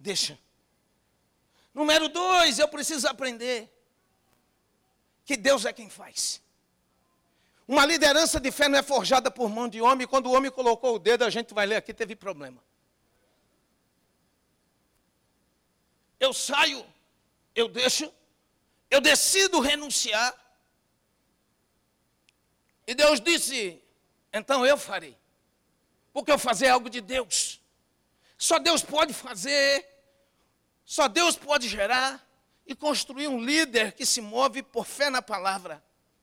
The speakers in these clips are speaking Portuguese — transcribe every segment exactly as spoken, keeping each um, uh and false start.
deixa. Número dois, eu preciso aprender que Deus é quem faz. Uma liderança de fé não é forjada por mão de homem. Quando o homem colocou o dedo, a gente vai ler aqui, teve problema. Eu saio, eu deixo, eu decido renunciar. E Deus disse, então eu farei. Porque eu fazer algo de Deus. Só Deus pode fazer, só Deus pode gerar e construir um líder que se move por fé na palavra.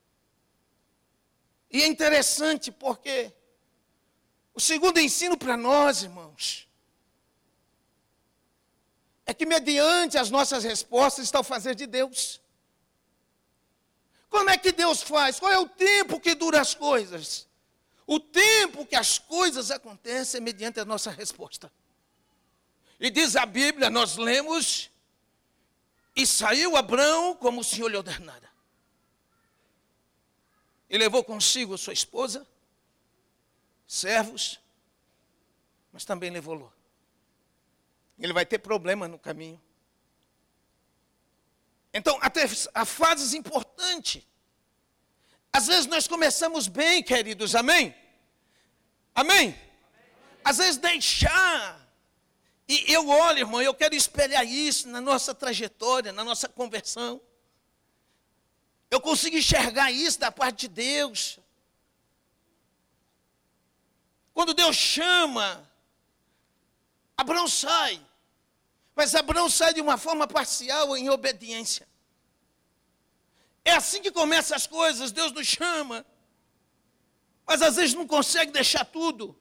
E é interessante porque o segundo ensino para nós, irmãos, é que mediante as nossas respostas está o fazer de Deus. Como é que Deus faz? Qual é o tempo que dura as coisas? O tempo que as coisas acontecem é mediante a nossa resposta. E diz a Bíblia, nós lemos, e saiu Abrão como o Senhor lhe ordenara. E levou consigo sua esposa, servos, mas também levou Ló. Ele vai ter problema no caminho. Então, até há fases importantes. Às vezes nós começamos bem, queridos, amém? Amém? Às vezes deixar. E eu olho, irmão, eu quero espelhar isso na nossa trajetória, na nossa conversão. Eu consigo enxergar isso da parte de Deus. Quando Deus chama, Abrão sai. Mas Abrão sai de uma forma parcial em obediência. É assim que começam as coisas, Deus nos chama. Mas às vezes não consegue deixar tudo.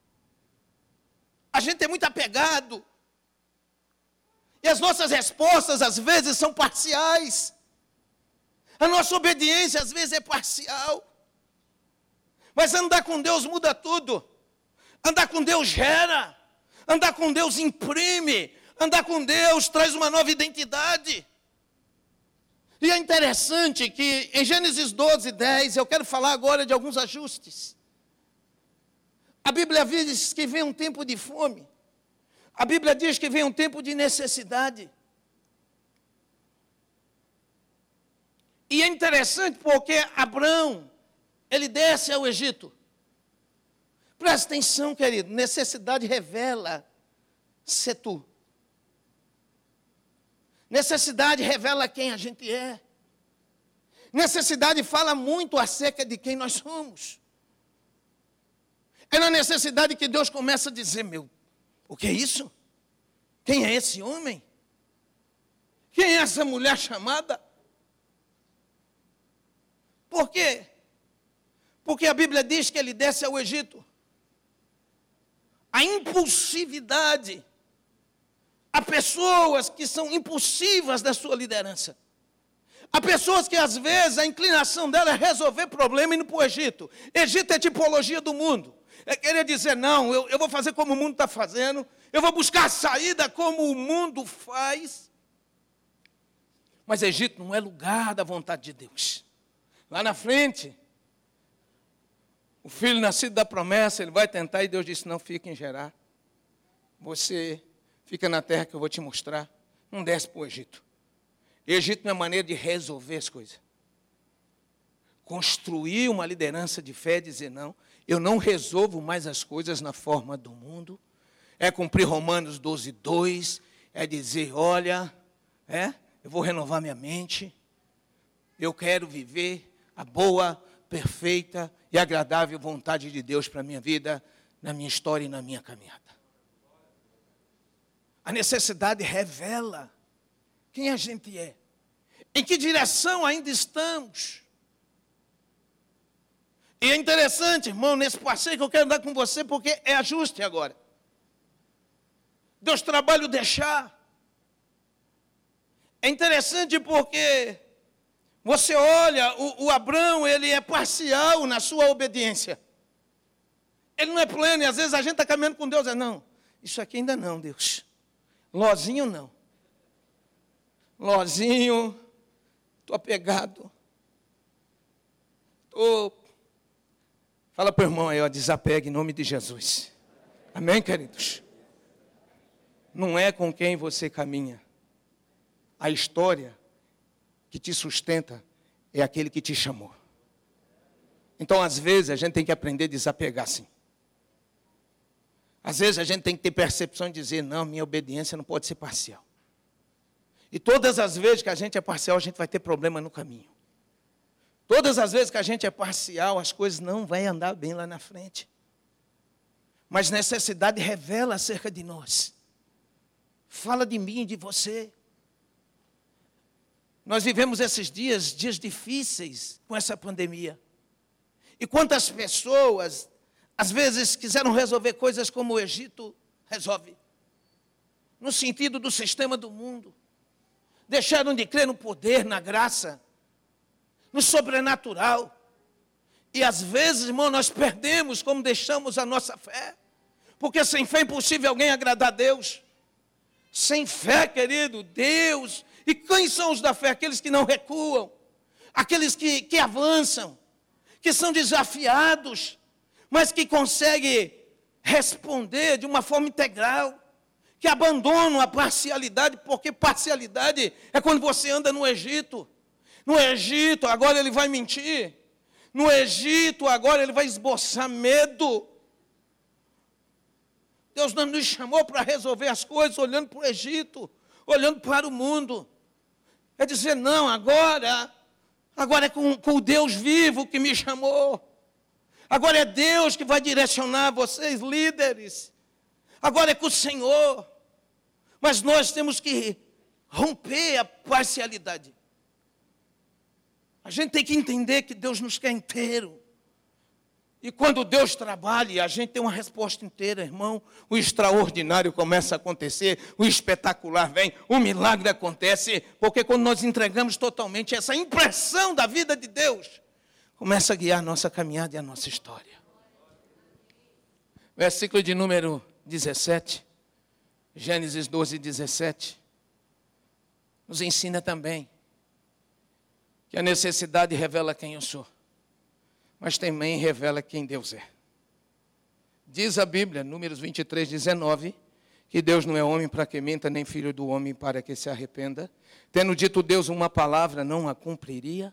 A gente é muito apegado. E as nossas respostas às vezes são parciais. A nossa obediência às vezes é parcial. Mas andar com Deus muda tudo. Andar com Deus gera. Andar com Deus imprime. Andar com Deus traz uma nova identidade. E é interessante que em Gênesis doze, dez, eu quero falar agora de alguns ajustes. A Bíblia diz que vem um tempo de fome. A Bíblia diz que vem um tempo de necessidade. E é interessante porque Abrão, ele desce ao Egito. Presta atenção, querido, necessidade revela ser tu. Necessidade revela quem a gente é. Necessidade fala muito acerca de quem nós somos. É na necessidade que Deus começa a dizer, meu, o que é isso? Quem é esse homem? Quem é essa mulher chamada? Por quê? Porque a Bíblia diz que ele desce ao Egito. A impulsividade. Há pessoas que são impulsivas da sua liderança. Há pessoas que às vezes a inclinação dela é resolver problema indo para o Egito. Egito é tipologia do mundo. É querer dizer, não, eu, eu vou fazer como o mundo está fazendo. Eu vou buscar a saída como o mundo faz. Mas Egito não é lugar da vontade de Deus. Lá na frente, o filho nascido da promessa, ele vai tentar e Deus disse, não, fique em Gerar. Você fica na terra que eu vou te mostrar. Não desce para o Egito. Egito não é maneira de resolver as coisas. Construir uma liderança de fé, dizer não, eu não resolvo mais as coisas na forma do mundo. É cumprir Romanos doze, dois, é dizer, olha, é, eu vou renovar minha mente. Eu quero viver a boa, perfeita e agradável vontade de Deus para a minha vida, na minha história e na minha caminhada. A necessidade revela quem a gente é. Em que direção ainda estamos. E é interessante, irmão, nesse passeio que eu quero andar com você, porque é ajuste agora. Deus trabalha o deixar. É interessante porque você olha, o, o Abrão, ele é parcial na sua obediência. Ele não é pleno, e às vezes a gente está caminhando com Deus, é não, isso aqui ainda não, Deus. Lozinho não. Lozinho, estou apegado. Tô... Fala para o irmão aí, ó, desapegue em nome de Jesus. Amém, queridos? não é com quem você caminha. A história que te sustenta é aquele que te chamou. Então, às vezes, a gente tem que aprender a desapegar, sim. Às vezes, a gente tem que ter percepção de dizer, não, minha obediência não pode ser parcial. E todas as vezes que a gente é parcial, a gente vai ter problema no caminho. Todas as vezes que a gente é parcial, as coisas não vão andar bem lá na frente. Mas necessidade revela acerca de nós. Fala de mim e de você. Nós vivemos esses dias, dias difíceis com essa pandemia. E quantas pessoas, às vezes, quiseram resolver coisas como o Egito resolve. No sentido do sistema do mundo. Deixaram de crer no poder, na graça, no sobrenatural. E às vezes, irmão, nós perdemos como deixamos a nossa fé. Porque sem fé é impossível alguém agradar a Deus. Sem fé, querido, Deus. E quem são os da fé? Aqueles que não recuam. Aqueles que, que avançam. Que são desafiados. Mas que conseguem responder de uma forma integral. Que abandonam a parcialidade. Porque parcialidade é quando você anda no Egito. No Egito, agora ele vai mentir. No Egito, agora ele vai esboçar medo. Deus não nos chamou para resolver as coisas olhando para o Egito, olhando para o mundo. É dizer, não, agora, agora é com, com o Deus vivo que me chamou. Agora é Deus que vai direcionar vocês, líderes. Agora é com o Senhor. Mas nós temos que romper a parcialidade. A gente tem que entender que Deus nos quer inteiro. E quando Deus trabalha, a gente tem uma resposta inteira, irmão. O extraordinário começa a acontecer, o espetacular vem, o milagre acontece. Porque quando nós entregamos totalmente essa impressão da vida de Deus, começa a guiar a nossa caminhada e a nossa história. Versículo de número dezessete, Gênesis doze, dezessete, nos ensina também que a necessidade revela quem eu sou, mas também revela quem Deus é. Diz a Bíblia, Números vinte e três, dezenove, que Deus não é homem para que minta, nem filho do homem para que se arrependa. Tendo dito Deus uma palavra, não a cumpriria.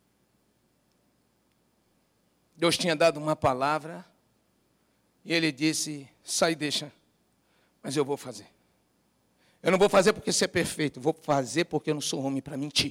Deus tinha dado uma palavra, e ele disse, sai e deixa, mas eu vou fazer. Eu não vou fazer porque você é perfeito, vou fazer porque eu não sou homem para mentir.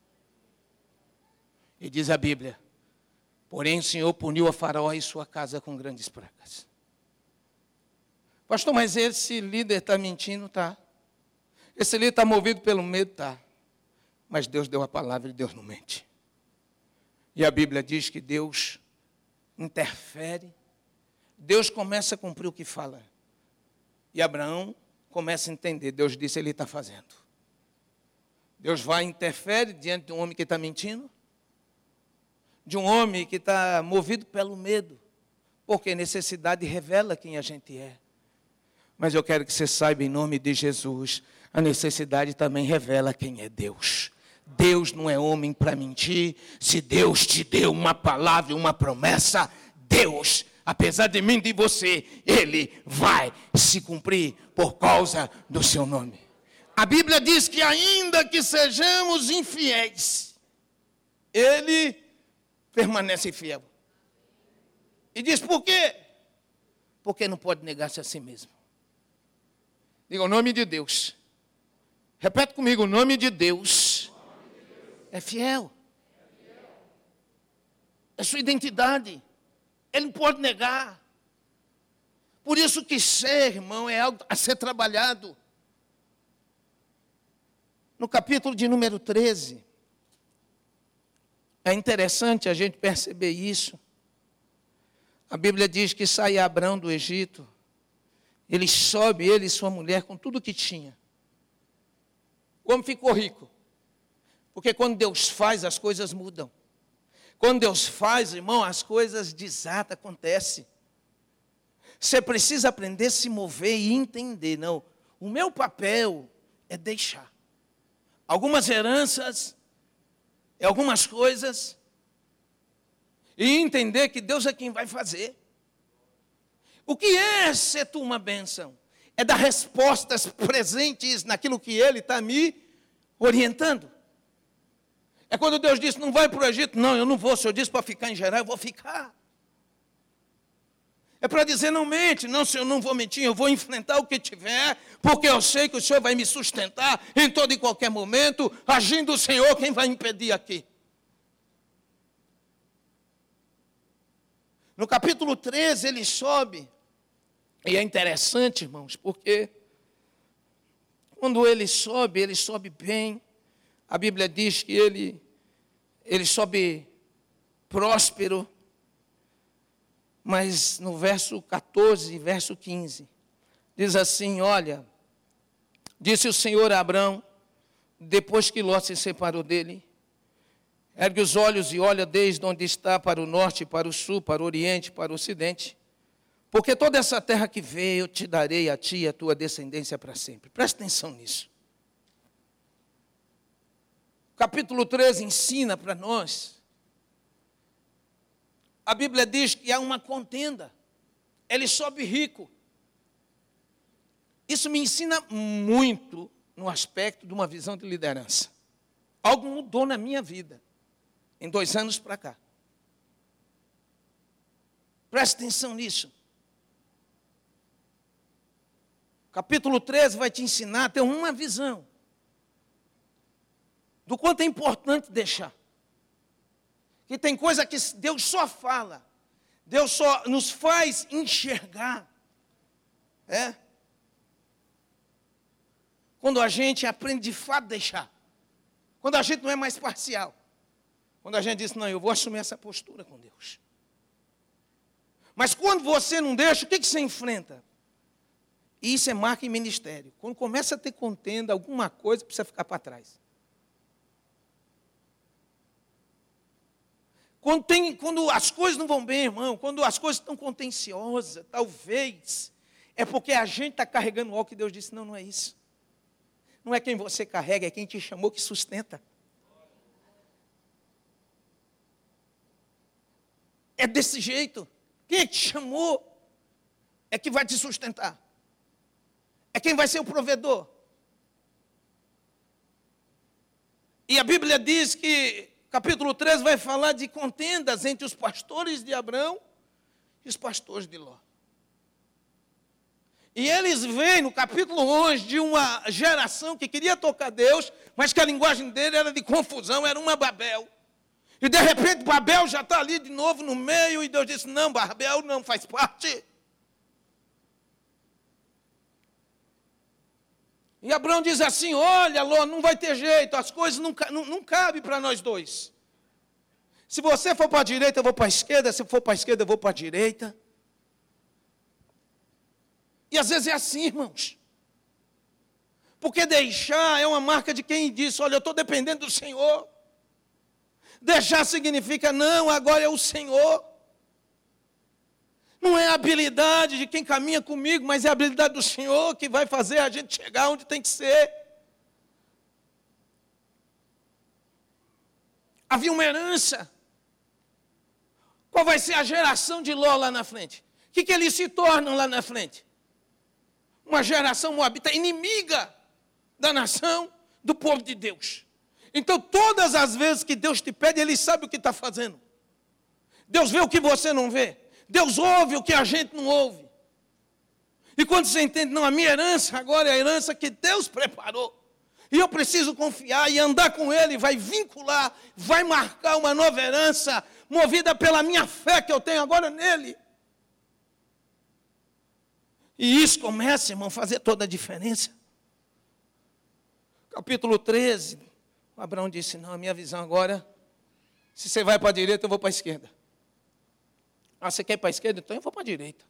E diz a Bíblia, porém o Senhor puniu a Faraó e sua casa com grandes pragas. Pastor, mas esse líder está mentindo? Tá. Esse líder está movido pelo medo? Tá. Mas Deus deu a palavra e Deus não mente. E a Bíblia diz que Deus interfere. Deus começa a cumprir o que fala. E Abraão começa a entender. Deus disse, ele está fazendo. Deus vai e interfere diante de um homem que está mentindo. De um homem que está movido pelo medo, porque necessidade revela quem a gente é. Mas eu quero que você saiba, em nome de Jesus, a necessidade também revela quem é Deus. Deus não é homem para mentir. Se Deus te deu uma palavra, uma promessa, Deus, apesar de mim e de você, Ele vai se cumprir por causa do seu nome. A Bíblia diz que ainda que sejamos infiéis, Ele permanece fiel. E diz por quê? Porque não pode negar-se a si mesmo. Diga o nome de Deus. Repete comigo, o nome de Deus é fiel. É sua identidade. Ele não pode negar. Por isso que ser, irmão, é algo a ser trabalhado. No capítulo de número treze, é interessante a gente perceber isso. A Bíblia diz que sai Abrão do Egito. Ele sobe, ele e sua mulher, com tudo que tinha. O homem ficou rico. Porque quando Deus faz, as coisas mudam. Quando Deus faz, irmão, as coisas desatam, acontecem. Você precisa aprender a se mover e entender. Não, o meu papel é deixar. Algumas heranças, algumas coisas, e entender que Deus é quem vai fazer. O que é ser tu uma bênção? é dar respostas presentes naquilo que Ele está me orientando. É quando Deus disse, não vai para o Egito. Não, eu não vou. O Senhor disse para ficar em Gerar, eu vou ficar. É para dizer, não mente. Não, Senhor, eu não vou mentir, eu vou enfrentar o que tiver, porque eu sei que o Senhor vai me sustentar em todo e qualquer momento. Agindo o Senhor, quem vai impedir aqui? No capítulo treze, ele sobe. E é interessante, irmãos, porque quando ele sobe, ele sobe bem. A Bíblia diz que ele, ele sobe próspero. Mas no verso catorze, verso quinze, diz assim, olha, disse o Senhor a Abrão, depois que Ló se separou dele, ergue os olhos e olha desde onde está para o norte, para o sul, para o oriente, para o ocidente, porque toda essa terra que vê eu te darei a ti e a tua descendência para sempre. Presta atenção nisso. Capítulo treze ensina para nós. A Bíblia diz que há uma contenda. Ele sobe rico. Isso me ensina muito no aspecto de uma visão de liderança. Algo mudou na minha vida, em dois anos para cá. Preste atenção nisso. Capítulo treze vai te ensinar a ter uma visão do quanto é importante deixar. Que tem coisa que Deus só fala, Deus só nos faz enxergar. É? Quando a gente aprende de fato a deixar. Quando a gente não é mais parcial. Quando a gente diz, não, eu vou assumir essa postura com Deus. Mas quando você não deixa, o que, que você enfrenta? E isso é marca em ministério. Quando começa a ter contenda, alguma coisa precisa ficar para trás. Quando, tem, quando as coisas não vão bem, irmão, quando as coisas estão contenciosas, talvez, é porque a gente está carregando algo que Deus disse, não, não é isso. Não é quem você carrega, é quem te chamou que sustenta. É desse jeito. Quem é que te chamou é que vai te sustentar. É quem vai ser o provedor. E a Bíblia diz que, capítulo treze, vai falar de contendas entre os pastores de Abrão e os pastores de Ló. E eles vêm, no capítulo onze, de uma geração que queria tocar Deus, mas que a linguagem dele era de confusão, era uma Babel. E de repente Babel já está ali de novo no meio, e Deus disse, não, Babel não faz parte. E Abrão diz assim, olha, Ló, não vai ter jeito, as coisas não, não, não cabem para nós dois. Se você for para a direita, eu vou para a esquerda, se for para a esquerda, eu vou para a direita. E às vezes é assim, irmãos. Porque deixar é uma marca de quem diz, olha, eu estou dependendo do Senhor. Deixar significa, não, agora é o Senhor. Não é a habilidade de quem caminha comigo, mas é a habilidade do Senhor que vai fazer a gente chegar onde tem que ser. Havia uma herança. Qual vai ser a geração de Ló lá na frente? O que, que eles se tornam lá na frente? Uma geração moabita inimiga da nação, do povo de Deus. Então, todas as vezes que Deus te pede, Ele sabe o que está fazendo. Deus vê o que você não vê. Deus ouve o que a gente não ouve. E quando você entende, não, a minha herança agora é a herança que Deus preparou. E eu preciso confiar e andar com Ele, vai vincular, vai marcar uma nova herança, movida pela minha fé que eu tenho agora nele. E isso começa, irmão, a fazer toda a diferença. Capítulo treze, Abraão disse, não, a minha visão agora, se você vai para a direita, eu vou para a esquerda. Ah, você quer ir para a esquerda? Então eu vou para a direita.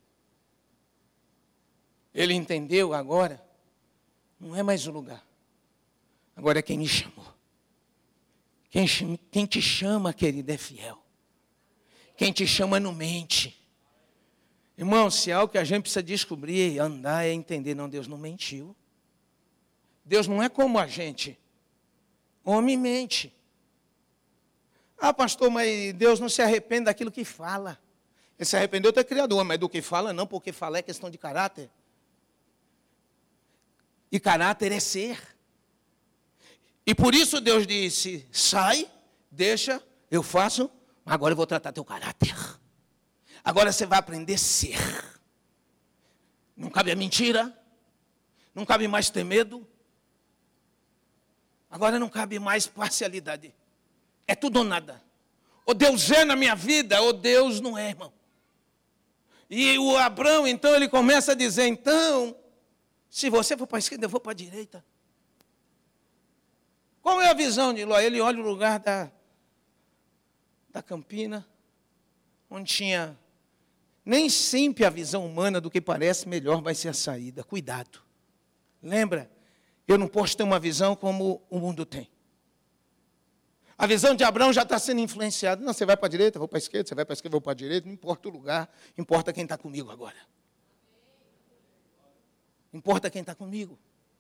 Ele entendeu agora, não é mais o lugar. Agora é quem me chamou. Quem, quem te chama, querido, é fiel. Quem te chama não mente. Irmão, se é algo que a gente precisa descobrir, andar, é entender, não, Deus não mentiu. Deus não é como a gente. Homem mente. Ah, pastor, mas Deus não se arrepende daquilo que fala. Ele se arrependeu de ter criado homem, mas do que fala não, porque falar é questão de caráter. E caráter é ser. E por isso Deus disse, sai, deixa, eu faço, agora eu vou tratar teu caráter. Agora você vai aprender a ser. Não cabe a mentira, não cabe mais ter medo. Agora não cabe mais parcialidade. É tudo ou nada. Ou Deus é na minha vida, ou Deus não é, irmão. E o Abrão, então, ele começa a dizer, então, se você for para a esquerda, eu vou para a direita. Qual é a visão de Ló? Ele olha o lugar da, da campina, onde tinha... Nem sempre a visão humana do que parece melhor vai ser a saída. Cuidado. Lembra? Eu não posso ter uma visão como o mundo tem. A visão de Abraão já está sendo influenciada. Não, você vai para a direita, eu vou para a esquerda, você vai para a esquerda, eu vou para a direita. Não importa o lugar, importa quem está comigo agora. Importa quem está comigo.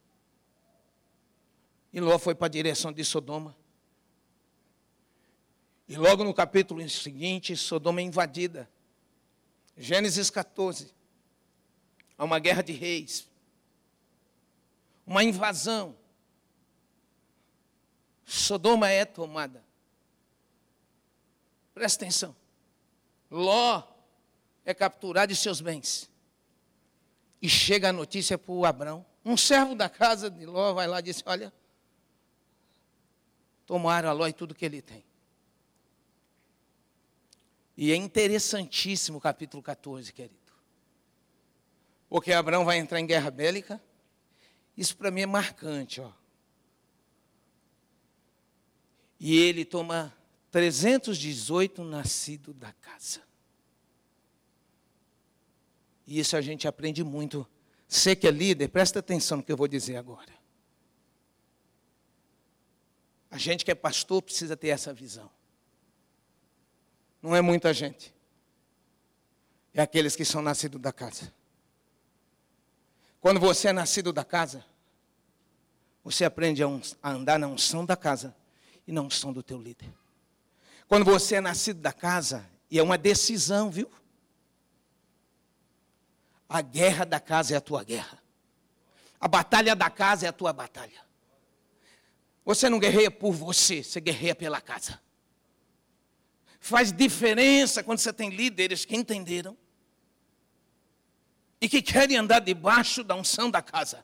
E Ló foi para a direção de Sodoma. E logo no capítulo seguinte, Sodoma é invadida. Gênesis catorze. Há uma guerra de reis. Uma invasão. Sodoma é tomada. Presta atenção. Ló é capturado e seus bens. E chega a notícia para o Abrão. Um servo da casa de Ló vai lá e diz, olha, tomaram a Ló e tudo que ele tem. E é interessantíssimo o capítulo catorze, querido. Porque Abrão vai entrar em guerra bélica. Isso para mim é marcante, ó. E ele toma trezentos e dezoito nascidos da casa. E isso a gente aprende muito. Você que é líder, presta atenção no que eu vou dizer agora. A gente que é pastor precisa ter essa visão. Não é muita gente. É aqueles que são nascidos da casa. Quando você é nascido da casa, você aprende a, un- a andar na unção da casa e na unção do teu líder. Quando você é nascido da casa, e é uma decisão, viu? A guerra da casa é a tua guerra. A batalha da casa é a tua batalha. Você não guerreia por você, você guerreia pela casa. Faz diferença quando você tem líderes que entenderam e que querem andar debaixo da unção da casa.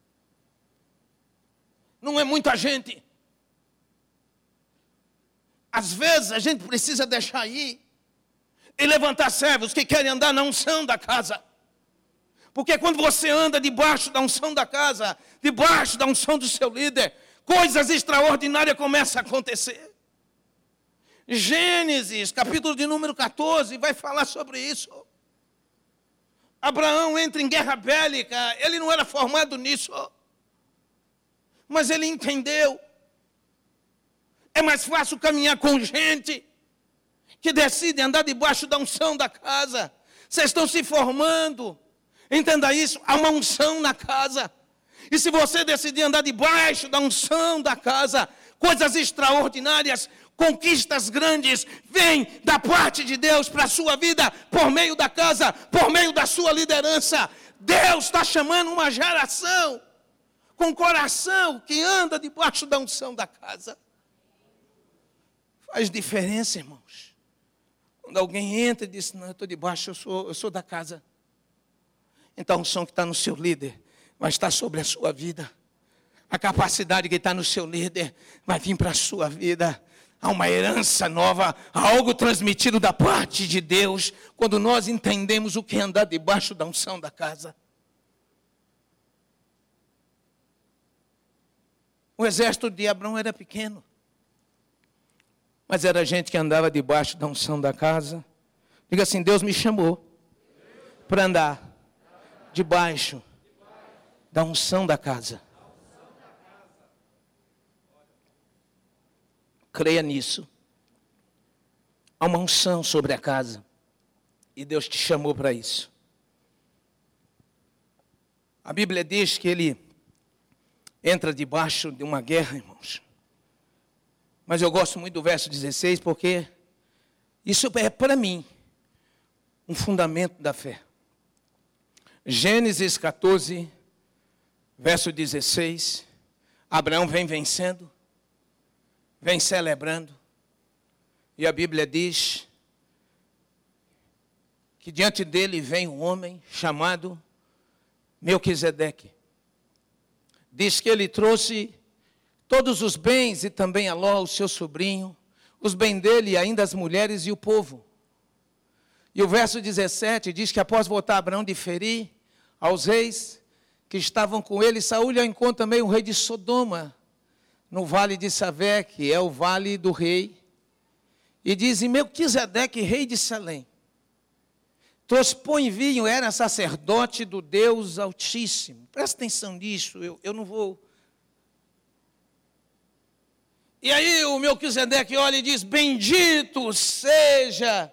Não é muita gente. Às vezes a gente precisa deixar aí e levantar servos que querem andar na unção da casa. Porque quando você anda debaixo da unção da casa, debaixo da unção do seu líder, coisas extraordinárias começam a acontecer. Gênesis, capítulo de número catorze, vai falar sobre isso. Abraão entra em guerra bélica, ele não era formado nisso, mas ele entendeu. É mais fácil caminhar com gente que decide andar debaixo da unção da casa. Vocês estão se formando, entenda isso, há uma unção na casa. E se você decidir andar debaixo da unção da casa, coisas extraordinárias, conquistas grandes, vêm da parte de Deus para a sua vida, por meio da casa, por meio da sua liderança. Deus está chamando uma geração com coração que anda debaixo da unção da casa. Faz diferença, irmãos. Quando alguém entra e diz, não, eu estou debaixo, eu sou, eu sou da casa. Então a unção que está no seu líder vai estar sobre a sua vida. A capacidade que está no seu líder vai vir para a sua vida. Há uma herança nova, há algo transmitido da parte de Deus, quando nós entendemos o que é andar debaixo da unção da casa. O exército de Abrão era pequeno, mas era gente que andava debaixo da unção da casa. Diga assim, Deus me chamou para andar debaixo da unção da casa. Creia nisso. Há uma unção sobre a casa. E Deus te chamou para isso. A Bíblia diz que ele entra debaixo de uma guerra, irmãos. Mas eu gosto muito do verso dezesseis, porque isso é para mim um fundamento da fé. Gênesis catorze, Verso dezesseis, Abraão vem vencendo, vem celebrando, e a Bíblia diz que diante dele vem um homem chamado Melquisedeque. Diz que ele trouxe todos os bens e também Aló, o seu sobrinho, os bens dele e ainda as mulheres e o povo. E o verso dezessete diz que após voltar Abraão de ferir aos reis que estavam com ele, Saul lhe encontra também o rei de Sodoma, no vale de Savé, que é o vale do rei. E diz, e Melquisedeque, rei de Salém, trouxe pão e vinho, era sacerdote do Deus Altíssimo. Presta atenção nisso, eu, eu não vou... E aí o Melquisedeque olha e diz, bendito seja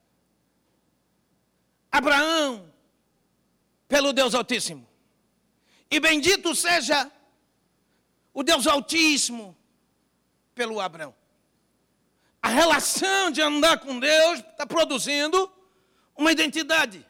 Abraão pelo Deus Altíssimo. E bendito seja o Deus Altíssimo pelo Abraão. A relação de andar com Deus está produzindo uma identidade.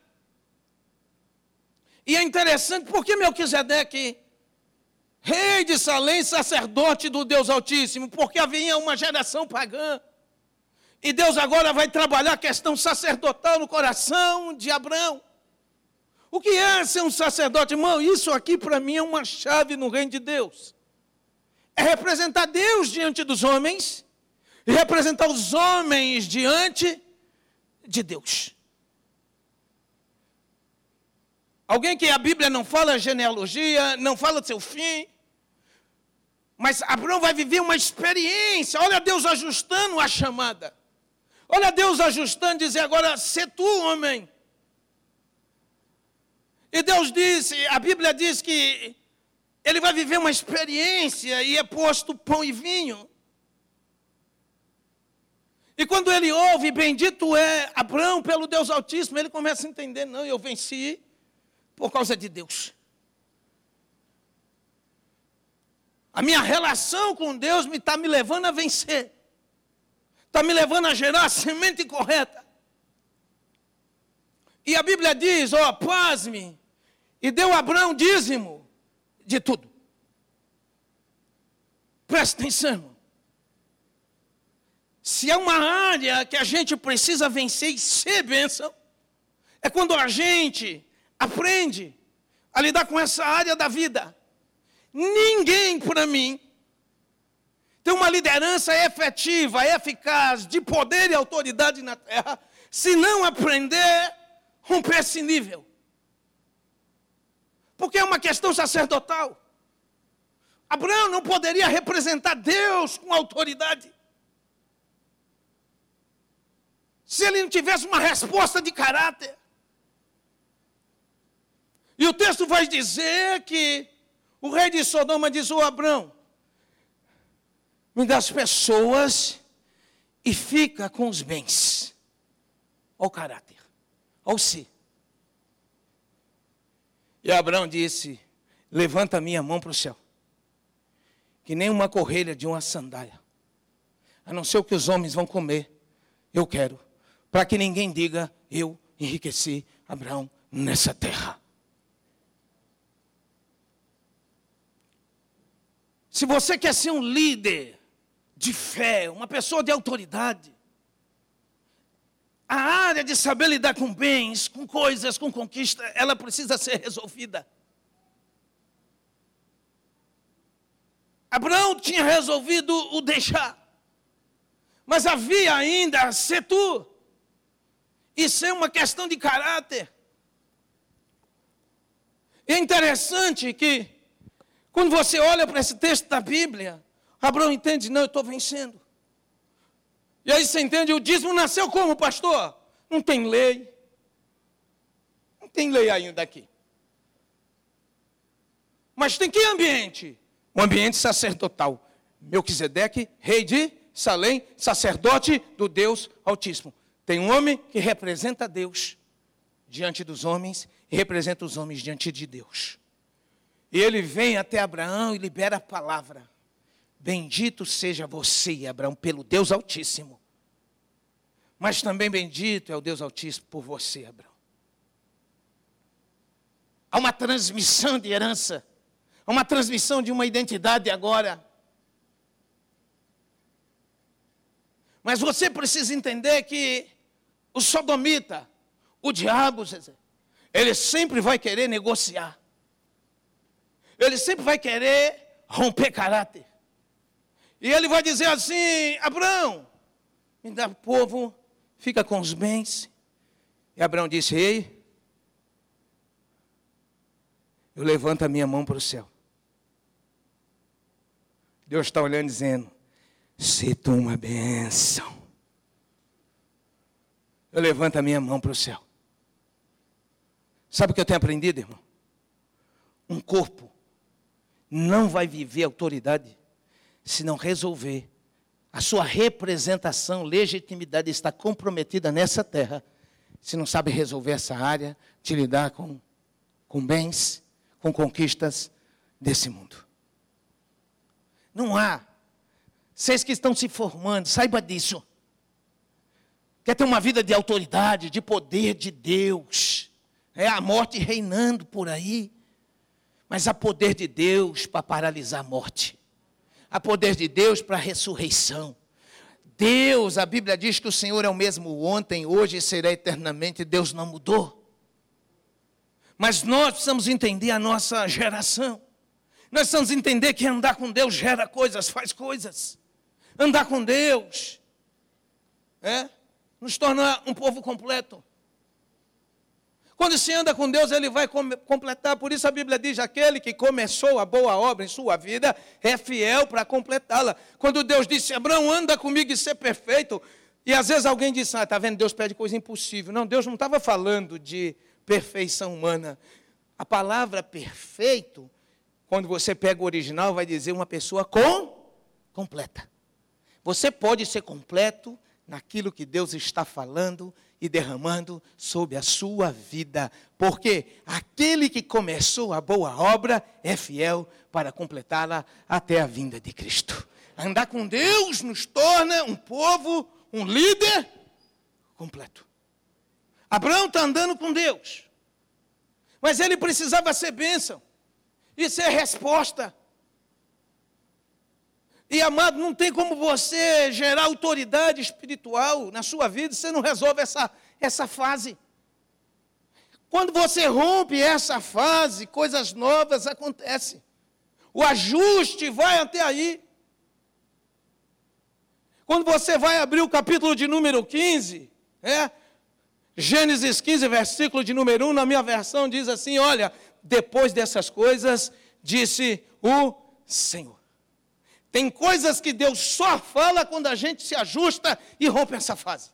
E é interessante porque Melquisedeque, rei de Salém, sacerdote do Deus Altíssimo, porque havia uma geração pagã. E Deus agora vai trabalhar a questão sacerdotal no coração de Abraão. O que é ser um sacerdote? Irmão, isso aqui para mim é uma chave no reino de Deus. É representar Deus diante dos homens e representar os homens diante de Deus. Alguém que a Bíblia não fala genealogia, não fala do seu fim, mas Abraão vai viver uma experiência. Olha Deus ajustando a chamada. Olha Deus ajustando, dizer agora, sê tu, homem. E Deus disse, a Bíblia diz que ele vai viver uma experiência e é posto pão e vinho. E quando ele ouve, bendito é Abraão pelo Deus Altíssimo, ele começa a entender, não, eu venci por causa de Deus. A minha relação com Deus me está me levando a vencer. Está me levando a gerar a semente correta. E a Bíblia diz, ó, pasme, e deu a Abraão dízimo de tudo. Presta atenção, irmão. Se há uma área que a gente precisa vencer e ser bênção, é quando a gente aprende a lidar com essa área da vida. Ninguém, para mim, tem uma liderança efetiva, eficaz, de poder e autoridade na terra, se não aprender a romper esse nível. Porque é uma questão sacerdotal. Abraão não poderia representar Deus com autoridade se ele não tivesse uma resposta de caráter. E o texto vai dizer que o rei de Sodoma diz, ô Abraão, me dá as pessoas e fica com os bens. Olha o caráter, olha o si. E Abraão disse, levanta a minha mão para o céu, que nem uma correia de uma sandália, a não ser o que os homens vão comer, eu quero, para que ninguém diga, eu enriqueci Abraão nessa terra. Se você quer ser um líder de fé, uma pessoa de autoridade, a área de saber lidar com bens, com coisas, com conquista, ela precisa ser resolvida. Abraão tinha resolvido o deixar, mas havia ainda ser tu. Isso é uma questão de caráter. É interessante que, quando você olha para esse texto da Bíblia, Abraão entende, não, eu estou vencendo. E aí você entende, o dízimo nasceu como, pastor? Não tem lei. Não tem lei ainda aqui. Mas tem que ambiente? Um ambiente sacerdotal. Melquisedeque, rei de Salém, sacerdote do Deus Altíssimo. Tem um homem que representa Deus diante dos homens e representa os homens diante de Deus. E ele vem até Abraão e libera a palavra. Bendito seja você, Abraão, pelo Deus Altíssimo. Mas também bendito é o Deus Altíssimo por você, Abraão. Há uma transmissão de herança. uma transmissão de uma identidade agora. Mas você precisa entender que o sodomita, o diabo, ele sempre vai querer negociar. Ele sempre vai querer romper caráter. E ele vai dizer assim: Abraão, me dá o povo, fica com os bens. E Abraão disse: ei, eu levanto a minha mão para o céu. Deus está olhando dizendo: se tu uma bênção. Eu levanto a minha mão para o céu. Sabe o que eu tenho aprendido, irmão? Um corpo não vai viver autoridade se não resolver. A sua representação, legitimidade está comprometida nessa terra, se não sabe resolver essa área de lidar com, com bens, com conquistas desse mundo. Não há. Vocês que estão se formando, saiba disso. Quer ter uma vida de autoridade, de poder de Deus. É a morte reinando por aí. Mas há poder de Deus para paralisar a morte. Há poder de Deus para a ressurreição. Deus, a Bíblia diz que o Senhor é o mesmo ontem, hoje e será eternamente. Deus não mudou. Mas nós precisamos entender a nossa geração. Nós precisamos entender que andar com Deus gera coisas, faz coisas. Andar com Deus é, nos torna um povo completo. Quando se anda com Deus, Ele vai completar. Por isso a Bíblia diz: aquele que começou a boa obra em sua vida é fiel para completá-la. Quando Deus disse: Abraão, anda comigo e ser perfeito. E às vezes alguém diz: ah, está vendo, Deus pede coisa impossível. Não, Deus não estava falando de perfeição humana. A palavra perfeito, quando você pega o original, vai dizer uma pessoa com, completa. Você pode ser completo naquilo que Deus está falando e derramando sobre a sua vida. Porque aquele que começou a boa obra é fiel para completá-la até a vinda de Cristo. Andar com Deus nos torna um povo, um líder completo. Abraão está andando com Deus. Mas ele precisava ser bênção e ser resposta. E, amado, não tem como você gerar autoridade espiritual na sua vida se você não resolve essa, essa fase. Quando você rompe essa fase, coisas novas acontecem. O ajuste vai até aí. Quando você vai abrir o capítulo de número quinze, é, Gênesis quinze, versículo de número um, na minha versão diz assim: olha, depois dessas coisas, disse o Senhor. Tem coisas que Deus só fala quando a gente se ajusta e rompe essa fase.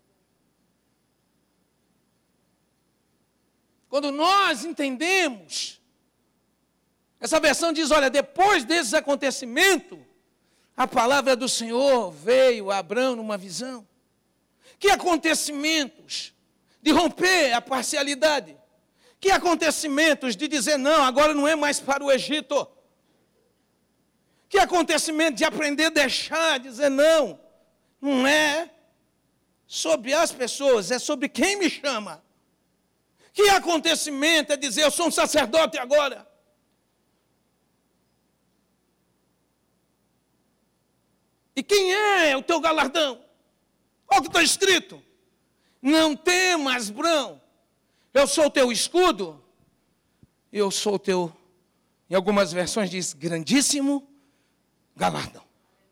Quando nós entendemos, essa versão diz: olha, depois desses acontecimentos, a palavra do Senhor veio a Abraão numa visão. Que acontecimentos de romper a parcialidade? Que acontecimentos de dizer: não, agora não é mais para o Egito? Que acontecimento de aprender a deixar, dizer não, não é sobre as pessoas, é sobre quem me chama. Que acontecimento é dizer: eu sou um sacerdote agora. E quem é o teu galardão? Olha o que está escrito: não temas, Abraão, eu sou o teu escudo, eu sou o teu, em algumas versões diz, grandíssimo galardão.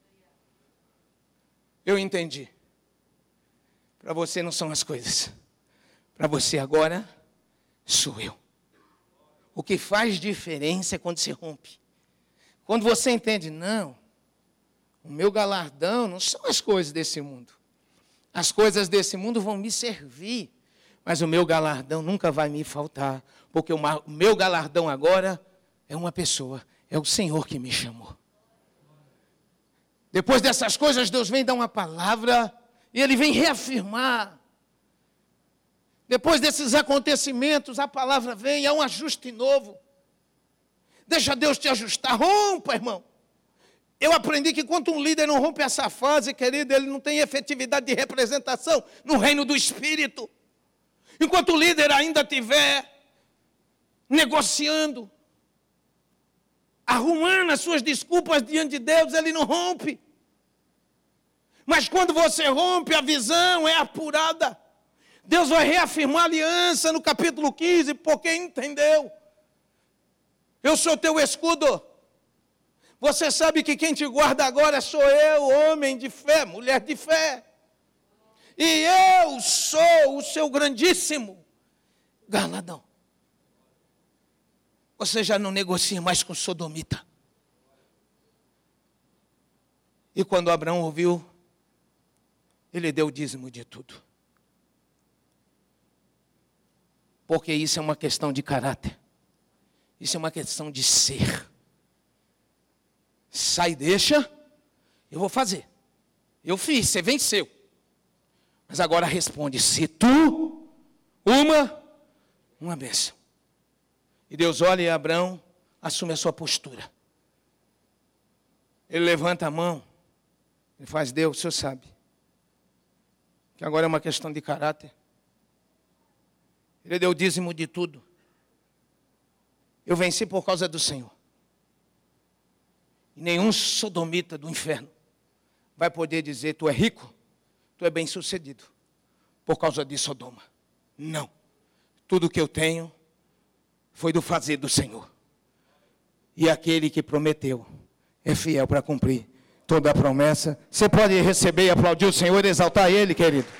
Eu entendi. Para você não são as coisas. Para você agora, sou eu. O que faz diferença é quando se rompe. Quando você entende: não, o meu galardão não são as coisas desse mundo. As coisas desse mundo vão me servir, mas o meu galardão nunca vai me faltar, porque o meu galardão agora é uma pessoa, é o Senhor que me chamou. Depois dessas coisas, Deus vem dar uma palavra e Ele vem reafirmar. Depois desses acontecimentos, a palavra vem, há um ajuste novo. Deixa Deus te ajustar, rompa, irmão. Eu aprendi que quando um líder não rompe essa fase, querido, ele não tem efetividade de representação no reino do Espírito. Enquanto o líder ainda estiver negociando, arrumando as suas desculpas diante de Deus, ele não rompe. Mas quando você rompe, a visão é apurada. Deus vai reafirmar a aliança no capítulo quinze, porque entendeu. Eu sou teu escudo. Você sabe que quem te guarda agora sou eu, homem de fé, mulher de fé. E eu sou o seu grandíssimo galardão. Você já não negocia mais com sodomita. E quando Abraão ouviu, ele deu o dízimo de tudo. Porque isso é uma questão de caráter. Isso é uma questão de ser. Sai, deixa, eu vou fazer. Eu fiz, você venceu. Mas agora responde, se tu, uma, uma bênção. E Deus olha e Abraão assume a sua postura. Ele levanta a mão, ele faz, Deus, o Senhor sabe, que agora é uma questão de caráter. Ele deu o dízimo de tudo. Eu venci por causa do Senhor. E nenhum sodomita do inferno vai poder dizer, tu é rico, tu é bem sucedido, por causa de Sodoma. Não. Tudo que eu tenho foi do fazer do Senhor. E aquele que prometeu é fiel para cumprir toda a promessa. Você pode receber e aplaudir o Senhor e exaltar Ele, querido.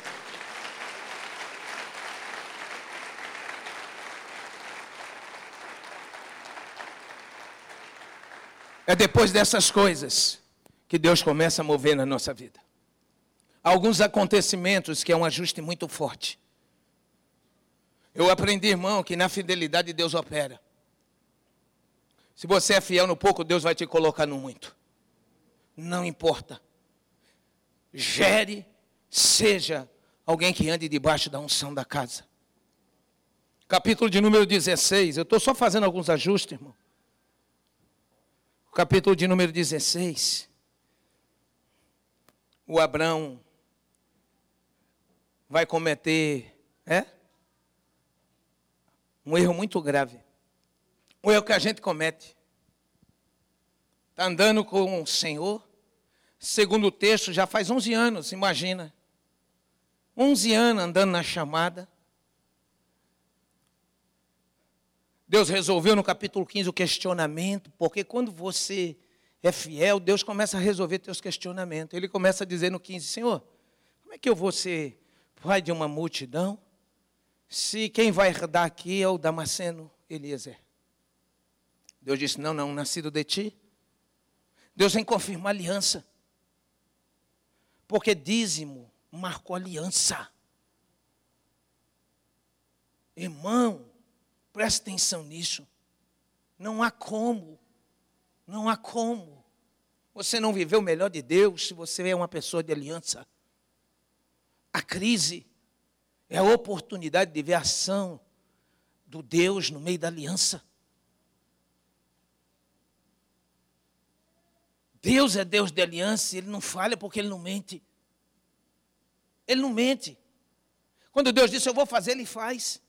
É depois dessas coisas que Deus começa a mover na nossa vida. Há alguns acontecimentos que é um ajuste muito forte. Eu aprendi, irmão, que na fidelidade Deus opera. Se você é fiel no pouco, Deus vai te colocar no muito. Não importa. Gere, seja alguém que ande debaixo da unção da casa. Capítulo de número dezesseis. Eu estou só fazendo alguns ajustes, irmão. Capítulo de número dezesseis. O Abraão vai cometer, é? Um erro muito grave. Um erro que a gente comete. Está andando com o Senhor. Segundo o texto, já faz onze anos, imagina. onze anos andando na chamada. Deus resolveu no capítulo quinze o questionamento, porque quando você é fiel, Deus começa a resolver teus questionamentos. Ele começa a dizer no quinze, Senhor, como é que eu vou ser pai de uma multidão, se quem vai herdar aqui é o Damasceno Eliezer? Deus disse, não, não, nascido de ti. Deus vem confirmar aliança. Porque dízimo marcou aliança. Irmão, preste atenção nisso. Não há como, não há como você não viver o melhor de Deus se você é uma pessoa de aliança. A crise é a oportunidade de ver a ação do Deus no meio da aliança. Deus é Deus de aliança, Ele não falha porque Ele não mente. Ele não mente. Quando Deus disse, eu vou fazer, Ele faz.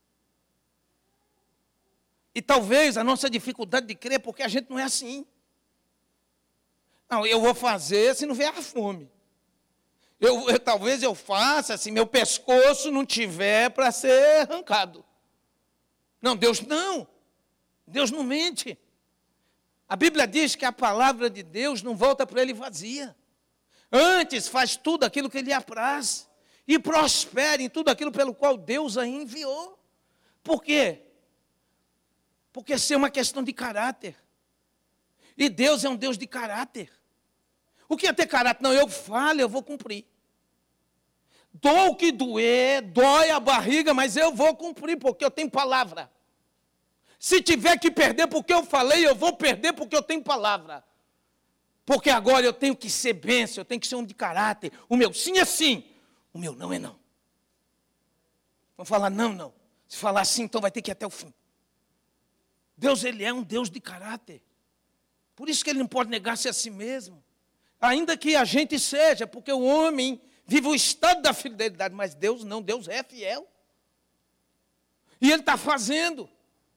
E talvez a nossa dificuldade de crer, porque a gente não é assim. Não, eu vou fazer se não vier a fome. Eu, eu, talvez eu faça se meu pescoço não tiver para ser arrancado. Não, Deus não. Deus não mente. A Bíblia diz que a palavra de Deus não volta para Ele vazia. Antes faz tudo aquilo que Ele apraz. E prospera em tudo aquilo pelo qual Deus a enviou. Por quê? Porque isso é uma questão de caráter. E Deus é um Deus de caráter. O que é ter caráter? Não, eu falo, eu vou cumprir. Dou o que doer, dói a barriga, mas eu vou cumprir, porque eu tenho palavra. Se tiver que perder porque eu falei, eu vou perder porque eu tenho palavra. Porque agora eu tenho que ser bênção, eu tenho que ser um de caráter. O meu sim é sim, o meu não é não. Vamos falar não, não. Se falar sim, então vai ter que ir até o fim. Deus, Ele é um Deus de caráter. Por isso que Ele não pode negar-se a si mesmo. Ainda que a gente seja, porque o homem vive o estado da fidelidade, mas Deus não, Deus é fiel. E Ele está fazendo.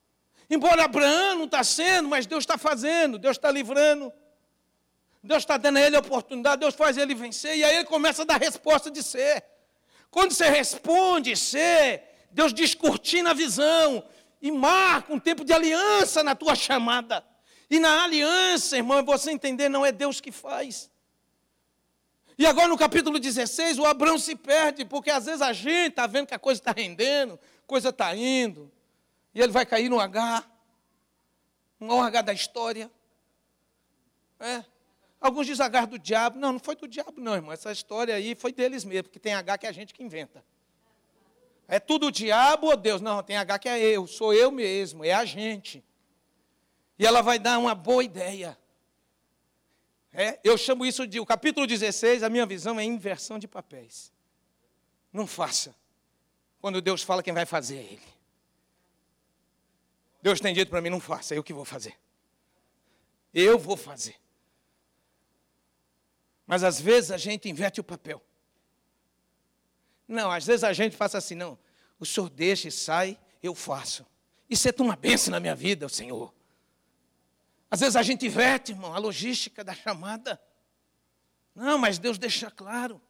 Embora Abraão não está sendo, mas Deus está fazendo, Deus está livrando. Deus está dando a ele a oportunidade, Deus faz ele vencer, e aí ele começa a dar resposta de ser. Quando você responde ser, Deus descortina a visão e marca um tempo de aliança na tua chamada. E na aliança, irmão, você entender, não é Deus que faz. E agora no capítulo dezesseis, o Abraão se perde, porque às vezes a gente está vendo que a coisa está rendendo, a coisa está indo, e ele vai cair no H, no maior H da história. É. Alguns dizem H do diabo. Não, não foi do diabo não, irmão. Essa história aí foi deles mesmo, porque tem H que é a gente que inventa. É tudo o diabo ou Deus? Não, tem H que é eu, sou eu mesmo, é a gente. E ela vai dar uma boa ideia. É, eu chamo isso de, o capítulo dezesseis, a minha visão é inversão de papéis. Não faça. Quando Deus fala, quem vai fazer é Ele. Deus tem dito para mim, não faça, eu que vou fazer. Eu vou fazer. Mas às vezes a gente inverte o papel. Não, às vezes a gente faz assim, não. O Senhor deixa e sai, eu faço. Isso é uma bênção na minha vida, Senhor. Às vezes a gente inverte, irmão, a logística da chamada. Não, mas Deus deixa claro.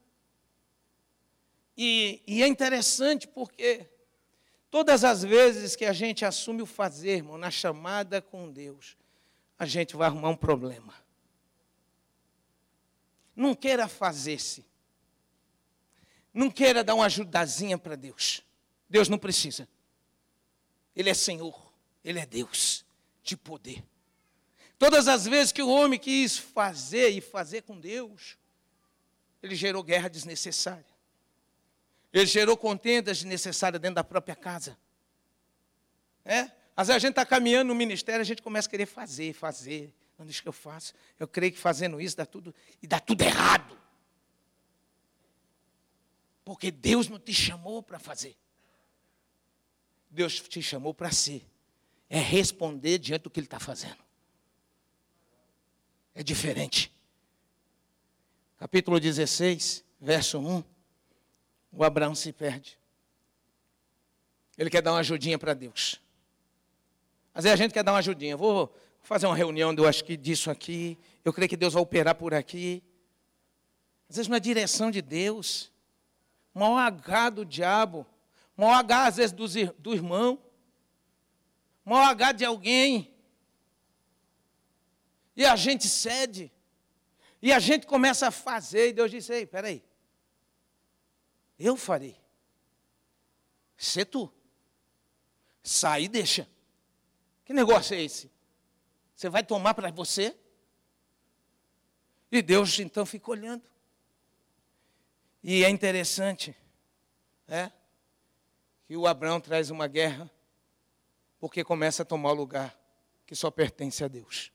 E, e é interessante porque todas as vezes que a gente assume o fazer, irmão, na chamada com Deus, a gente vai arrumar um problema. Não queira fazer-se. Não queira dar uma ajudazinha para Deus. Deus não precisa. Ele é Senhor. Ele é Deus de poder. Todas as vezes que o homem quis fazer e fazer com Deus, ele gerou guerra desnecessária. Ele gerou contendas desnecessárias dentro da própria casa. É? Às vezes a gente está caminhando no ministério, a gente começa a querer fazer, fazer. Não deixa que eu faço. Eu creio que fazendo isso dá tudo, e dá tudo errado. Porque Deus não te chamou para fazer. Deus te chamou para ser. É responder diante do que Ele está fazendo. É diferente. Capítulo dezesseis, verso um. O Abraão se perde. Ele quer dar uma ajudinha para Deus. Às vezes a gente quer dar uma ajudinha. Vou fazer uma reunião, eu acho que disso aqui. Eu creio que Deus vai operar por aqui. Às vezes não é direção de Deus. Maior H do diabo. Maior H, às vezes, do, do irmão. Maior H de alguém. E a gente cede. E a gente começa a fazer. E Deus diz, ei, peraí. Eu farei. Sê tu. Sai e deixa. Que negócio é esse? Você vai tomar para você? E Deus então fica olhando. E é interessante, é, que o Abraão traz uma guerra, porque começa a tomar o lugar que só pertence a Deus.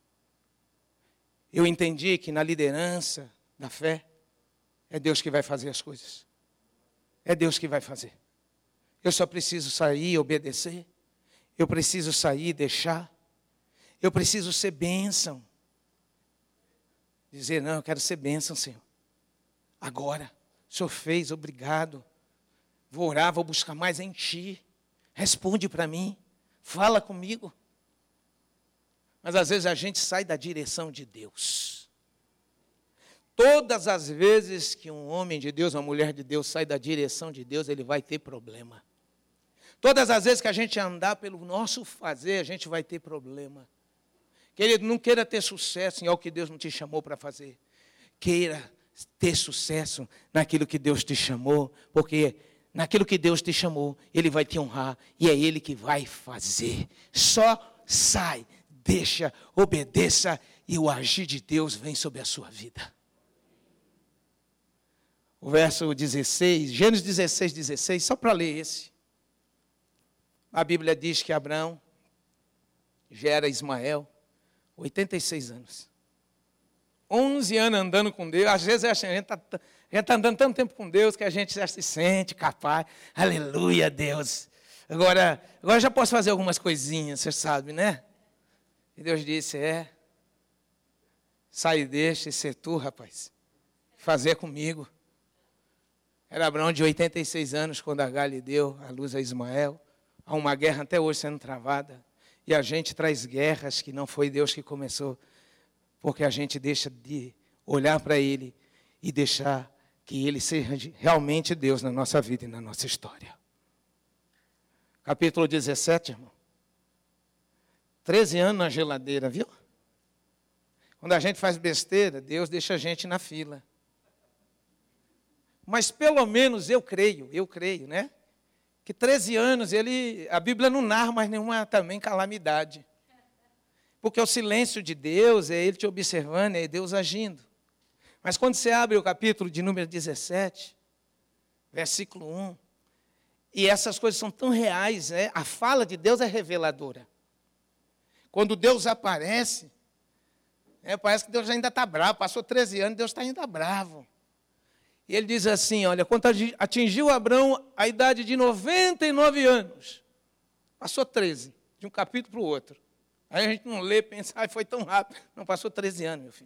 Eu entendi que na liderança da fé, é Deus que vai fazer as coisas. É Deus que vai fazer. Eu só preciso sair e obedecer. Eu preciso sair e deixar. Eu preciso ser bênção. Dizer, não, eu quero ser bênção, Senhor. Agora, o Senhor fez, obrigado. Vou orar, vou buscar mais em Ti. Responde para mim, fala comigo. Mas às vezes a gente sai da direção de Deus. Todas as vezes que um homem de Deus, uma mulher de Deus sai da direção de Deus, ele vai ter problema. Todas as vezes que a gente andar pelo nosso fazer, a gente vai ter problema. Querido, não queira ter sucesso em algo que Deus não te chamou para fazer. Queira ter sucesso naquilo que Deus te chamou, porque naquilo que Deus te chamou, Ele vai te honrar e é Ele que vai fazer. Só sai, deixa, obedeça e o agir de Deus vem sobre a sua vida. O verso dezesseis, Gênesis dezesseis, dezesseis, só para ler esse. A Bíblia diz que Abraão gera Ismael, oitenta e seis anos. onze anos andando com Deus. Às vezes a gente está tá andando tanto tempo com Deus que a gente já se sente capaz. Aleluia, Deus. Agora, agora já posso fazer algumas coisinhas, você sabe, né? E Deus disse, é, sai e deixa e ser tu, rapaz. Fazer comigo. Era Abraão de oitenta e seis anos quando Agar lhe deu a luz a Ismael. Há uma guerra até hoje sendo travada. E a gente traz guerras que não foi Deus que começou, porque a gente deixa de olhar para Ele e deixar que Ele seja realmente Deus na nossa vida e na nossa história. Capítulo dezessete, irmão. treze anos na geladeira, viu? Quando a gente faz besteira, Deus deixa a gente na fila. Mas pelo menos eu creio, eu creio, né? Que treze anos, ele, a Bíblia não narra mais nenhuma também calamidade. Porque o silêncio de Deus é Ele te observando, é Deus agindo. Mas quando você abre o capítulo de número dezessete, versículo um, e essas coisas são tão reais, né? A fala de Deus é reveladora. Quando Deus aparece, é, parece que Deus ainda está bravo, passou treze anos, Deus está ainda bravo. E ele diz assim, olha, quando atingiu Abrão a idade de noventa e nove anos, passou treze, de um capítulo para o outro. Aí a gente não lê, pensa, ah, foi tão rápido. Não, passou treze anos, meu filho.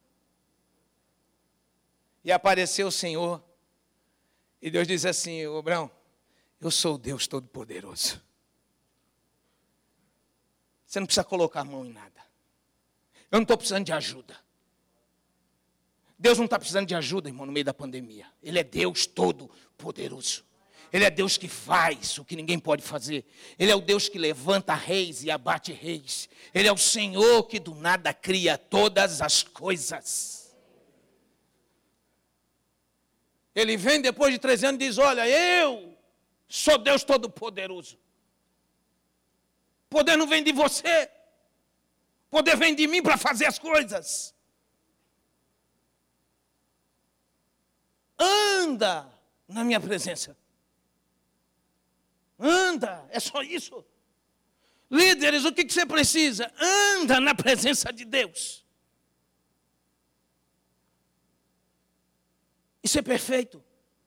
E apareceu o Senhor, e Deus diz assim, ô Abrão, eu sou o Deus Todo-Poderoso. Você não precisa colocar a mão em nada. Eu não estou precisando de ajuda. Deus não está precisando de ajuda, irmão, no meio da pandemia. Ele é Deus Todo-Poderoso. Ele é Deus que faz o que ninguém pode fazer. Ele é o Deus que levanta reis e abate reis. Ele é o Senhor que do nada cria todas as coisas. Ele vem depois de treze anos e diz, olha, eu sou Deus Todo-Poderoso. Poder não vem de você. Poder vem de mim para fazer as coisas. Anda na minha presença. Anda, é só isso. Líderes, o que você precisa? Anda na presença de Deus. Isso é perfeito.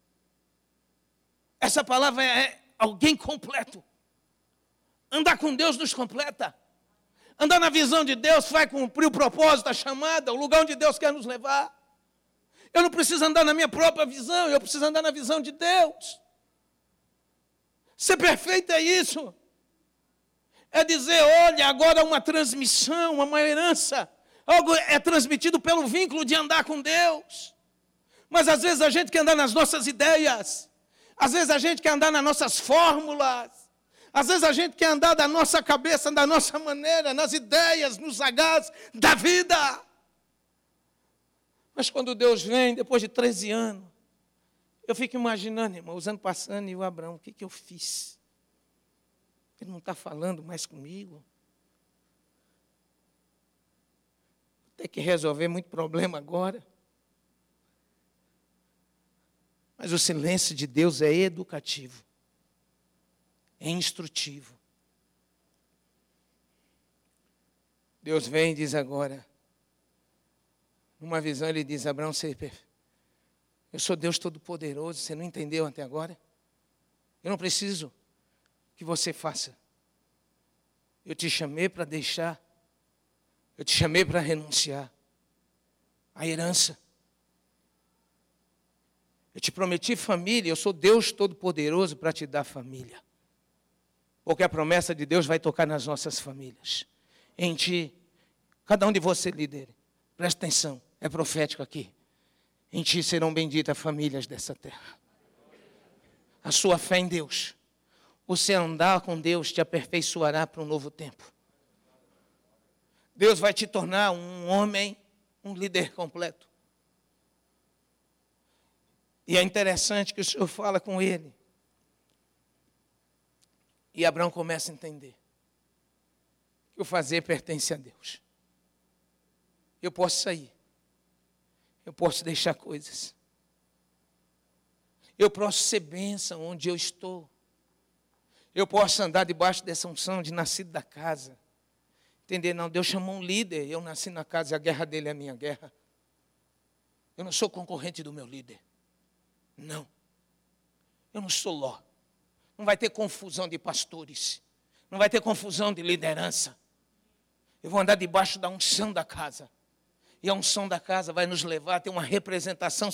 Essa palavra é alguém completo. Andar com Deus nos completa. Andar na visão de Deus vai cumprir o propósito, a chamada, o lugar onde Deus quer nos levar. Eu não preciso andar na minha própria visão, eu preciso andar na visão de Deus. Ser perfeito é isso. É dizer, olha, agora uma transmissão, uma herança. Algo é transmitido pelo vínculo de andar com Deus. Mas às vezes a gente quer andar nas nossas ideias. Às vezes a gente quer andar nas nossas fórmulas. Às vezes a gente quer andar da nossa cabeça, da nossa maneira, nas ideias, nos agás da vida. Mas quando Deus vem, depois de treze anos, eu fico imaginando, irmão, os anos passando e o Abraão, o que, que eu fiz? Ele não está falando mais comigo. Vou ter que resolver muito problema agora. Mas o silêncio de Deus é educativo, é instrutivo. Deus vem e diz agora, numa visão ele diz, Abraão, você, eu sou Deus Todo-Poderoso, você não entendeu até agora? Eu não preciso que você faça. Eu te chamei para deixar, eu te chamei para renunciar à herança. Eu te prometi família, eu sou Deus Todo-Poderoso para te dar família. Porque a promessa de Deus vai tocar nas nossas famílias. Em ti, cada um de vocês, líder, presta atenção, é profético aqui. Em ti serão benditas famílias dessa terra. A sua fé em Deus, o seu andar com Deus te aperfeiçoará para um novo tempo. Deus vai te tornar um homem, um líder completo. E é interessante que o Senhor fala com ele. E Abraão começa a entender que o fazer pertence a Deus. Eu posso sair. Eu posso deixar coisas. Eu posso ser bênção onde eu estou. Eu posso andar debaixo dessa unção de nascido da casa. Entender? Não, Deus chamou um líder. Eu nasci na casa e a guerra dele é a minha guerra. Eu não sou concorrente do meu líder. Não. Eu não sou Ló. Não vai ter confusão de pastores. Não vai ter confusão de liderança. Eu vou andar debaixo da unção da casa. E a unção da casa vai nos levar a ter uma representação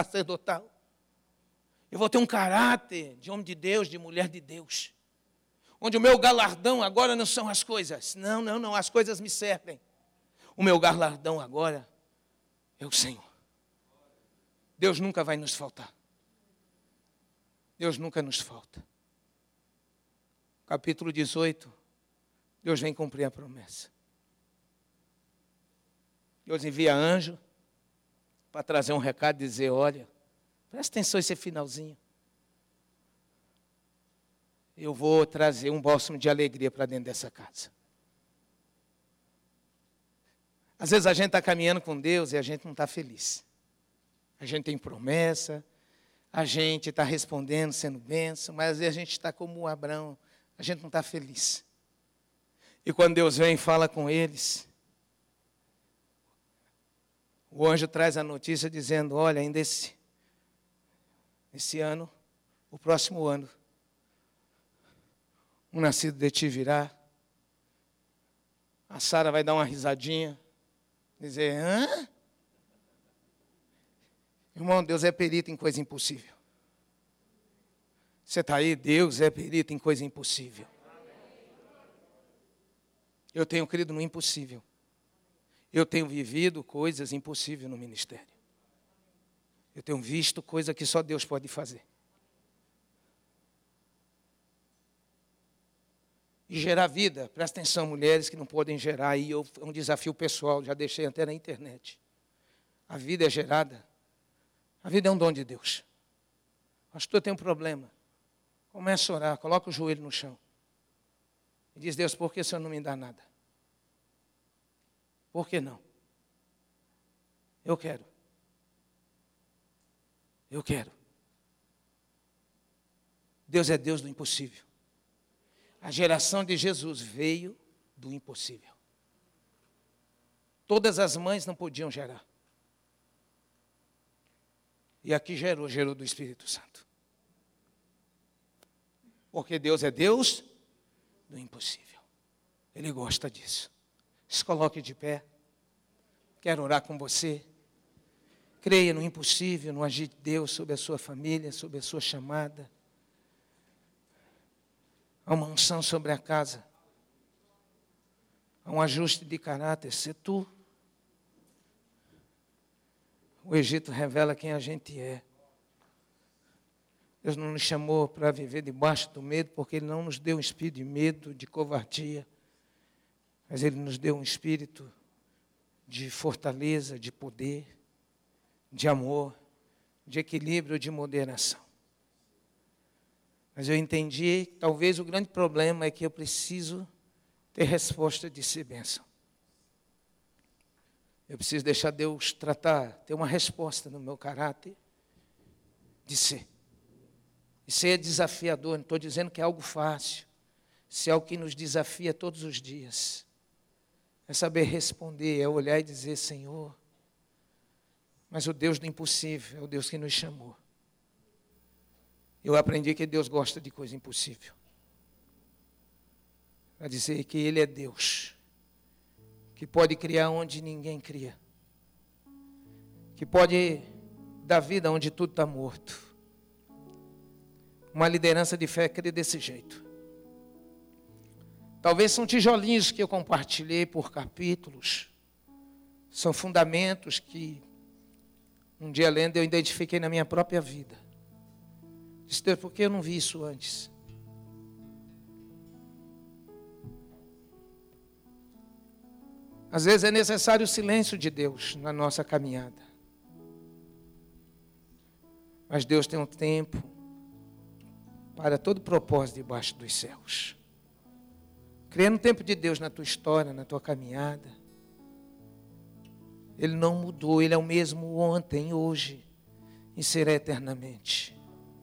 sacerdotal. Eu vou ter um caráter de homem de Deus, de mulher de Deus. onde o meu galardão agora não são as coisas. Não, não, não, as coisas me servem. O meu galardão agora é o Senhor. Deus nunca vai nos faltar. Deus nunca nos falta. Capítulo dezoito, Deus vem cumprir a promessa. Deus envia anjo para trazer um recado e dizer, olha, presta atenção esse finalzinho. Eu vou trazer um bálsamo de alegria para dentro dessa casa. Às vezes a gente está caminhando com Deus e a gente não está feliz. A gente tem promessa, a gente está respondendo, sendo bênção, mas às vezes a gente está como o Abraão, a gente não está feliz. E quando Deus vem e fala com eles, o anjo traz a notícia dizendo, olha, ainda esse, esse ano, o próximo ano, um nascido de ti virá. A Sara vai dar uma risadinha, dizer, hã? Irmão, Deus é perito em coisa impossível. Você está aí? Deus é perito em coisa impossível. Eu tenho crido no impossível. Eu tenho vivido coisas impossíveis no ministério. Eu tenho visto coisa que só Deus pode fazer. E gerar vida, presta atenção, mulheres que não podem gerar, aí eu, é um desafio pessoal, já deixei até na internet. A vida é gerada, a vida é um dom de Deus. Pastor, tem um problema. Começa a orar, coloca o joelho no chão. E diz, Deus, por que o Senhor não me dá nada? Por que não? Eu quero. Eu quero. Deus é Deus do impossível. A geração de Jesus veio do impossível. Todas as mães não podiam gerar. E aqui gerou, gerou do Espírito Santo. Porque Deus é Deus do impossível. Ele gosta disso. Se coloque de pé. Quero orar com você. Creia no impossível, no agir de Deus sobre a sua família, sobre a sua chamada. Há uma unção sobre a casa. Há um ajuste de caráter. Se tu. O Egito revela quem a gente é. Deus não nos chamou para viver debaixo do medo, porque Ele não nos deu um espírito de medo, de covardia. Mas Ele nos deu um espírito de fortaleza, de poder, de amor, de equilíbrio, de moderação. Mas eu entendi, talvez o grande problema é que eu preciso ter resposta de ser bênção. Eu preciso deixar Deus tratar, ter uma resposta no meu caráter de ser. E ser é desafiador, não estou dizendo que é algo fácil. Ser é algo que nos desafia todos os dias. É saber responder, é olhar e dizer, Senhor, mas o Deus do impossível é o Deus que nos chamou. Eu aprendi que Deus gosta de coisa impossível. Para dizer que Ele é Deus, que pode criar onde ninguém cria, que pode dar vida onde tudo está morto. Uma liderança de fé crê desse jeito. Talvez são tijolinhos que eu compartilhei por capítulos, são fundamentos que um dia lendo eu identifiquei na minha própria vida. Disse, Deus, por que eu não vi isso antes? Às vezes é necessário o silêncio de Deus na nossa caminhada. Mas Deus tem um tempo para todo propósito debaixo dos céus. Creia no tempo de Deus na tua história, na tua caminhada. Ele não mudou, Ele é o mesmo ontem, hoje e será eternamente.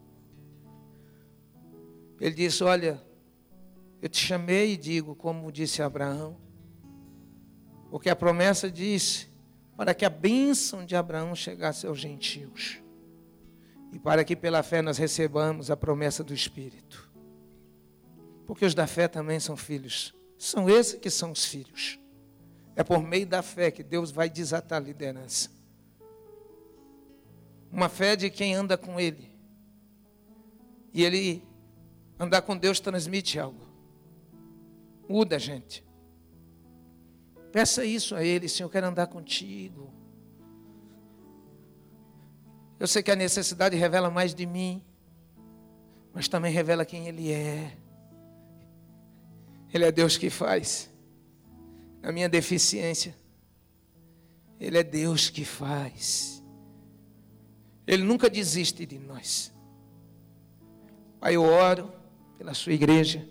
Ele disse, olha, eu te chamei e digo, como disse Abraão, porque a promessa disse, para que a bênção de Abraão chegasse aos gentios, e para que pela fé nós recebamos a promessa do Espírito. Porque os da fé também são filhos, são esses que são os filhos. É por meio da fé que Deus vai desatar a liderança. Uma fé de quem anda com Ele. E Ele, andar com Deus transmite algo. Muda, gente. Peça isso a Ele: Senhor, eu quero andar contigo. Eu sei que a necessidade revela mais de mim, mas também revela quem Ele é. Ele é Deus que faz. Na minha deficiência, Ele é Deus que faz. Ele nunca desiste de nós. Pai, eu oro pela sua igreja.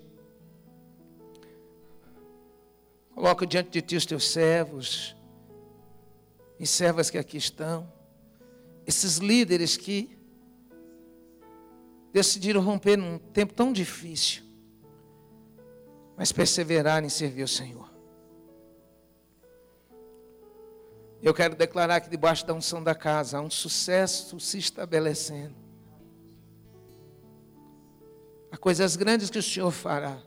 Coloco diante de ti os teus servos e servas que aqui estão. Esses líderes que decidiram romper num tempo tão difícil, mas perseverar em servir o Senhor. Eu quero declarar que debaixo da unção da casa há um sucesso se estabelecendo. Há coisas grandes que o Senhor fará.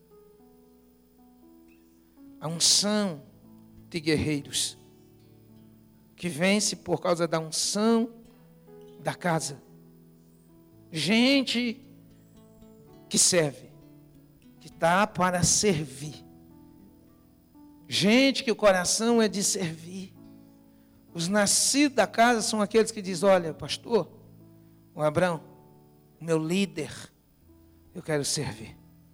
A unção de guerreiros que vence por causa da unção da casa. Gente que serve, que está para servir. Gente que o coração é de servir. Os nascidos da casa são aqueles que dizem: olha, pastor, o Abrão, o meu líder, eu quero servir.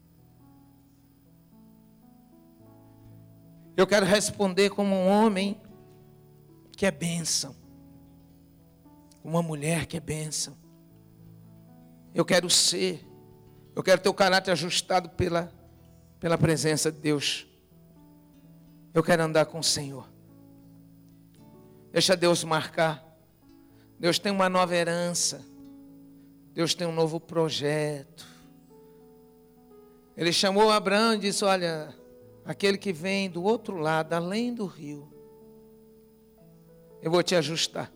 Eu quero responder como um homem que é bênção, uma mulher que é bênção. Eu quero ser, eu quero ter o caráter ajustado pela, pela presença de Deus. Eu quero andar com o Senhor. Deixa Deus marcar. Deus tem uma nova herança. Deus tem um novo projeto. Ele chamou Abraão e disse: olha, aquele que vem do outro lado, além do rio, eu vou te ajustar.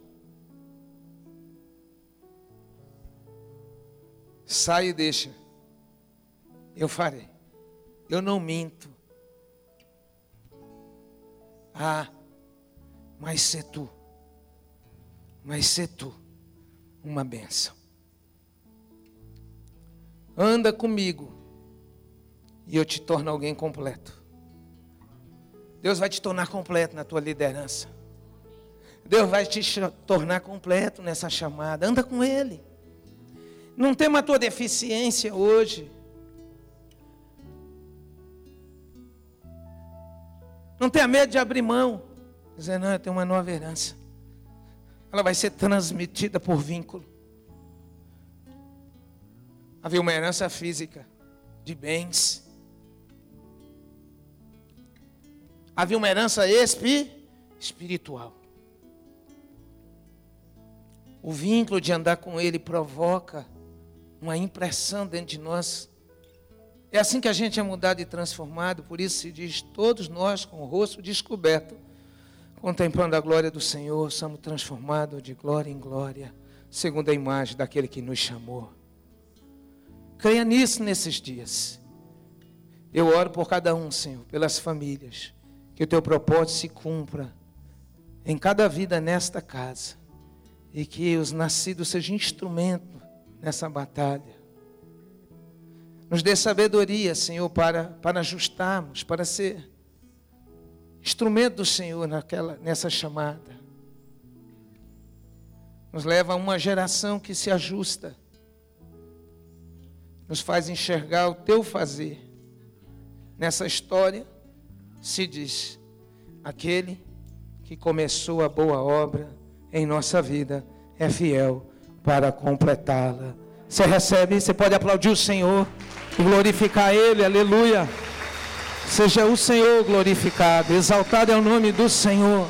Sai e deixa. Eu farei. Eu não minto. Ah, mas ser tu, mas ser tu uma bênção. Anda comigo e eu te torno alguém completo. Deus vai te tornar completo na tua liderança. Deus vai te tornar completo nessa chamada. Anda com Ele. Não tema a tua deficiência hoje. Não tenha medo de abrir mão. Dizer: não, eu tenho uma nova herança. Ela vai ser transmitida por vínculo. Havia uma herança física de bens. Havia uma herança espi, espiritual. O vínculo de andar com Ele provoca uma impressão dentro de nós. É assim que a gente é mudado e transformado. Por isso se diz: todos nós com o rosto descoberto, contemplando a glória do Senhor, somos transformados de glória em glória, segundo a imagem daquele que nos chamou. Creia nisso nesses dias. Eu oro por cada um, Senhor, pelas famílias, que o teu propósito se cumpra em cada vida nesta casa, e que os nascidos sejam instrumento nessa batalha. Nos dê sabedoria, Senhor, para, para ajustarmos, para ser instrumento do Senhor naquela, nessa chamada. Nos leva a uma geração que se ajusta, nos faz enxergar o teu fazer. Nessa história se diz: aquele que começou a boa obra em nossa vida é fiel para completá-la. Você recebe, você pode aplaudir o Senhor e glorificar Ele, aleluia. Seja o Senhor glorificado, exaltado é o nome do Senhor.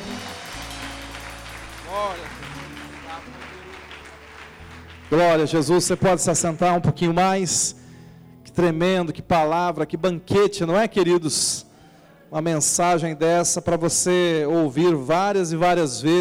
Glória a Jesus. Você pode se assentar um pouquinho mais. Que tremendo, que palavra, que banquete, não é, queridos? Uma mensagem dessa para você ouvir várias e várias vezes.